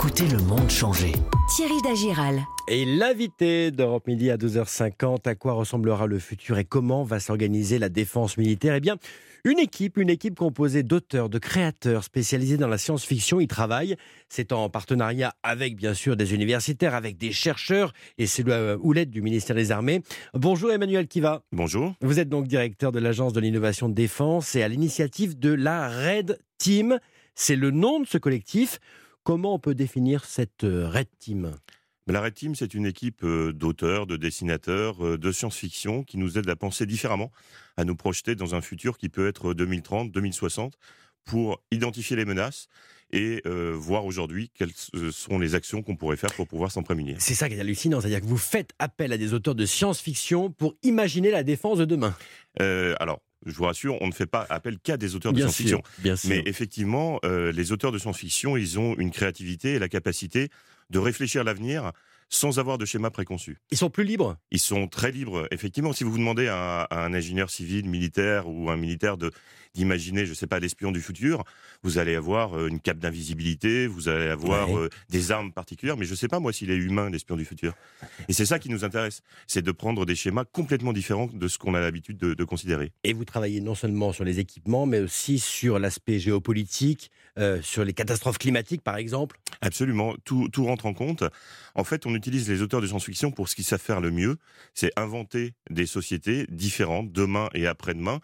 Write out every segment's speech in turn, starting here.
Écoutez le monde changer. Thierry Dagiral. Et l'invité d'Europe Midi à 12h50, à quoi ressemblera le futur et comment va s'organiser la défense militaire ? Eh bien, une équipe composée d'auteurs, de créateurs spécialisés dans la science-fiction y travaille. C'est en partenariat avec, bien sûr, des universitaires, avec des chercheurs, et c'est le houlette du ministère des Armées. Bonjour Emmanuel Kiva. Bonjour. Vous êtes donc directeur de l'Agence de l'innovation de défense et à l'initiative de la Red Team. C'est le nom de ce collectif. Comment on peut définir cette Red Team ? La Red Team, c'est une équipe d'auteurs, de dessinateurs, de science-fiction qui nous aide à penser différemment, à nous projeter dans un futur qui peut être 2030, 2060, pour identifier les menaces et voir aujourd'hui quelles sont les actions qu'on pourrait faire pour pouvoir s'en prémunir. C'est ça qui est hallucinant, c'est-à-dire que vous faites appel à des auteurs de science-fiction pour imaginer la défense de demain. Alors, je vous rassure, on ne fait pas appel qu'à des auteurs de Bien science-fiction. sûr, bien sûr. Mais effectivement, les auteurs de science-fiction, ils ont une créativité et la capacité de réfléchir l'avenir sans avoir de schéma préconçu. Ils sont plus libres ? Ils sont très libres. Effectivement, si vous vous demandez à un ingénieur civil, militaire ou un militaire d'imaginer, je ne sais pas, l'espion du futur, vous allez avoir une cape d'invisibilité, vous allez avoir des armes particulières, mais je ne sais pas moi s'il est humain, l'espion du futur. Et c'est ça qui nous intéresse, c'est de prendre des schémas complètement différents de ce qu'on a l'habitude de considérer. Et vous travaillez non seulement sur les équipements, mais aussi sur l'aspect géopolitique, sur les catastrophes climatiques par exemple ? Absolument, tout rentre en compte. En fait, on utilise les auteurs de science-fiction pour ce qu'ils savent faire le mieux, c'est inventer des sociétés différentes demain et après-demain.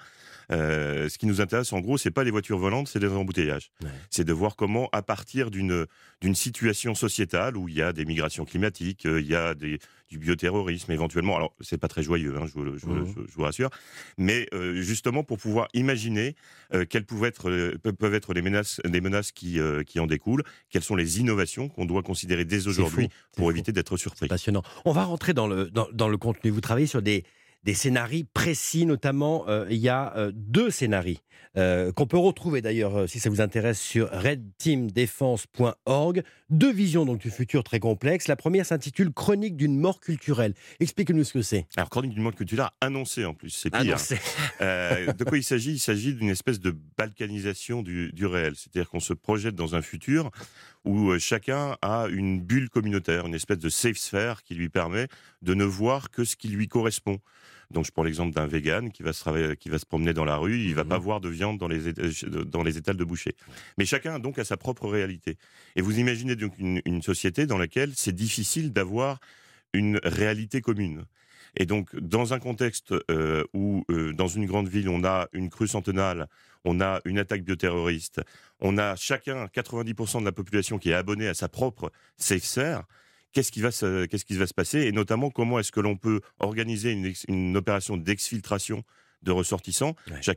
Ce qui nous intéresse en gros, c'est pas les voitures volantes, c'est les embouteillages. Ouais. C'est de voir comment, à partir d'une situation sociétale où il y a des migrations climatiques, il y a du bioterrorisme éventuellement. Alors c'est pas très joyeux, hein, je vous rassure, mais justement pour pouvoir imaginer quelles peuvent être les menaces qui en découlent, quelles sont les innovations qu'on doit considérer dès aujourd'hui pour éviter d'être surpris. C'est passionnant. On va rentrer dans le contenu. Vous travaillez sur des scénarios précis, notamment il y a 2 scénarios qu'on peut retrouver d'ailleurs si ça vous intéresse sur redteamdefense.org. 2 visions donc du futur très complexes. La première s'intitule Chronique d'une mort culturelle. Expliquez-nous ce que c'est. Alors Chronique d'une mort culturelle annoncée en plus, c'est pire. Annoncé. De quoi il s'agit ? Il s'agit d'une espèce de balkanisation du réel, c'est-à-dire qu'on se projette dans un futur où chacun a une bulle communautaire, une espèce de safe sphere qui lui permet de ne voir que ce qui lui correspond. Donc je prends l'exemple d'un vegan qui va se promener dans la rue, il va pas voir de viande dans les étals de boucher. Mais chacun donc a sa propre réalité. Et vous imaginez donc une société dans laquelle c'est difficile d'avoir une réalité commune. Et donc dans un contexte où dans une grande ville on a une crue centenale, on a une attaque bioterroriste, on a chacun 90% de la population qui est abonnée à sa propre safe sphere. Qu'est-ce qui va se passer et notamment comment est-ce que l'on peut organiser une opération d'exfiltration de ressortissants,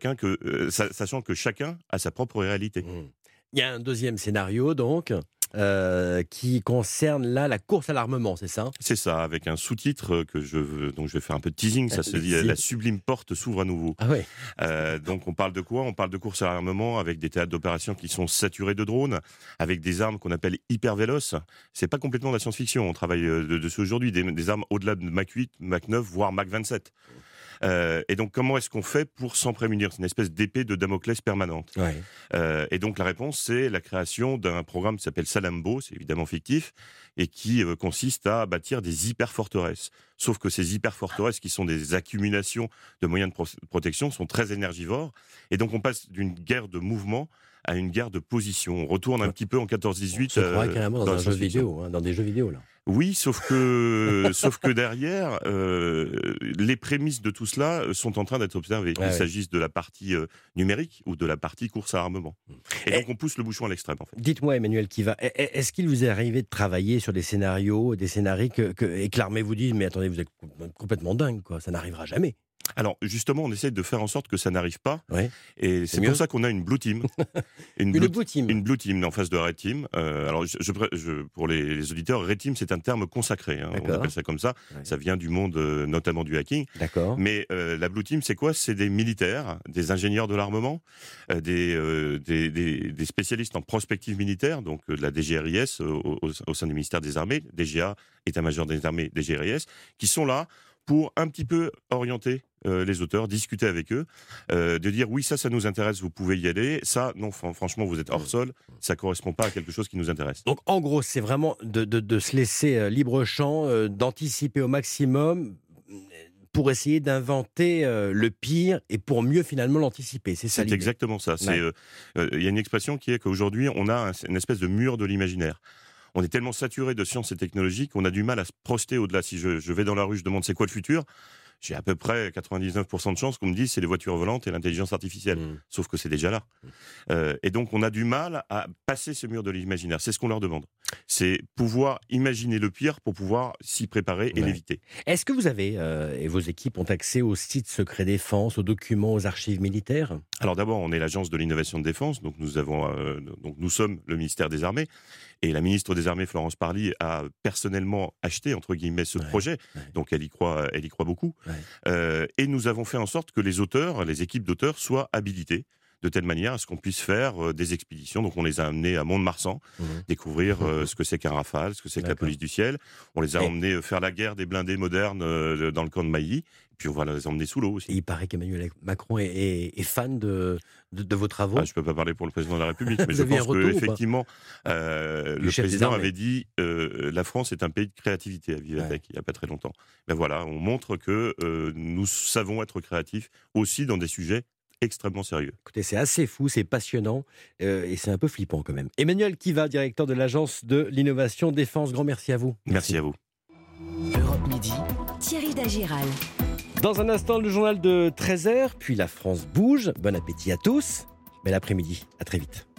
sachant que chacun a sa propre réalité. Il y a un deuxième scénario donc qui concerne là la course à l'armement, c'est ça ? C'est ça, avec un sous-titre donc je vais faire un peu de teasing, ça se dit « La sublime porte s'ouvre à nouveau ». Ah ouais. Donc on parle de quoi ? On parle de course à l'armement avec des théâtres d'opération qui sont saturés de drones, avec des armes qu'on appelle hyper véloces. C'est pas complètement de la science-fiction, on travaille dessus aujourd'hui, des armes au-delà de Mach 8, Mach 9, voire Mach 27. Et donc, comment est-ce qu'on fait pour s'en prémunir ? C'est une espèce d'épée de Damoclès permanente. Ouais. Et donc, la réponse, c'est la création d'un programme qui s'appelle Salambo, c'est évidemment fictif, et qui consiste à bâtir des hyper-forteresses. Sauf que ces hyper-forteresses, qui sont des accumulations de moyens de protection, sont très énergivores. Et donc, on passe d'une guerre de mouvement à une guerre de position. On retourne un petit peu en 14-18. On se croirait carrément dans un jeu vidéo, dans des jeux vidéo, là. Oui, sauf que derrière, les prémices de tout cela sont en train d'être observées. Il s'agisse de la partie numérique ou de la partie course à armement. Et donc on pousse le bouchon à l'extrême, en fait. Dites-moi, Emmanuel Kiva, est-ce qu'il vous est arrivé de travailler sur des scénarios et que l'armée vous dit « Mais attendez, vous êtes complètement dingue, quoi, ça n'arrivera jamais ». Alors justement, on essaie de faire en sorte que ça n'arrive pas. Ouais. Et c'est pour ça qu'on a une Blue Team. Une Blue Team en face de Red Team. Alors pour les auditeurs, Red Team c'est un terme consacré. Hein, on appelle ça comme ça. Ouais. Ça vient du monde notamment du hacking. D'accord. Mais la Blue Team c'est quoi ? C'est des militaires, des ingénieurs de l'armement, des spécialistes en prospective militaire, donc de la DGRIS au sein du ministère des Armées, DGA, État-major des Armées, DGRIS, qui sont là pour un petit peu orienter les auteurs, discuter avec eux, de dire oui, ça nous intéresse, vous pouvez y aller, ça, non, franchement, vous êtes hors sol, ça correspond pas à quelque chose qui nous intéresse. Donc en gros, c'est vraiment de se laisser libre champ, d'anticiper au maximum pour essayer d'inventer le pire et pour mieux finalement l'anticiper. C'est l'idée. Exactement ça. Il y a une expression qui est qu'aujourd'hui, on a une espèce de mur de l'imaginaire. On est tellement saturé de sciences et technologies qu'on a du mal à se projeter au-delà. Si je vais dans la rue, je demande c'est quoi le futur, j'ai à peu près 99% de chances qu'on me dise c'est les voitures volantes et l'intelligence artificielle. Sauf que c'est déjà là. Et donc on a du mal à passer ce mur de l'imaginaire. C'est ce qu'on leur demande. C'est pouvoir imaginer le pire pour pouvoir s'y préparer et l'éviter. Est-ce que vous avez, et vos équipes ont accès aux sites secrets défense, aux documents, aux archives militaires ? Alors d'abord, on est l'agence de l'innovation de défense, donc nous sommes le ministère des Armées, et la ministre des Armées, Florence Parly, a personnellement acheté, entre guillemets, ce projet, donc elle y croit beaucoup. Et nous avons fait en sorte que les auteurs, les équipes d'auteurs soient habilités de telle manière à ce qu'on puisse faire des expéditions. Donc on les a amenés à Mont-de-Marsan, découvrir ce que c'est qu'un Rafale, ce que c'est que la police du ciel. On les a emmenés faire la guerre des blindés modernes dans le camp de Mailly. Puis on va les emmener sous l'eau aussi. Et il paraît qu'Emmanuel Macron est fan de vos travaux. Je ne peux pas parler pour le président de la République, mais je pense qu'effectivement, le président avait dit la France est un pays de créativité à Vivatech il n'y a pas très longtemps. Ben voilà, on montre que nous savons être créatifs aussi dans des sujets extrêmement sérieux. Écoutez, c'est assez fou, c'est passionnant et c'est un peu flippant quand même. Emmanuel Kiva, directeur de l'Agence de l'innovation défense, grand merci à vous. Merci à vous. Europe Midi, Thierry Dagiral. Dans un instant, le journal de 13h, puis la France bouge. Bon appétit à tous. Bel après-midi, à très vite.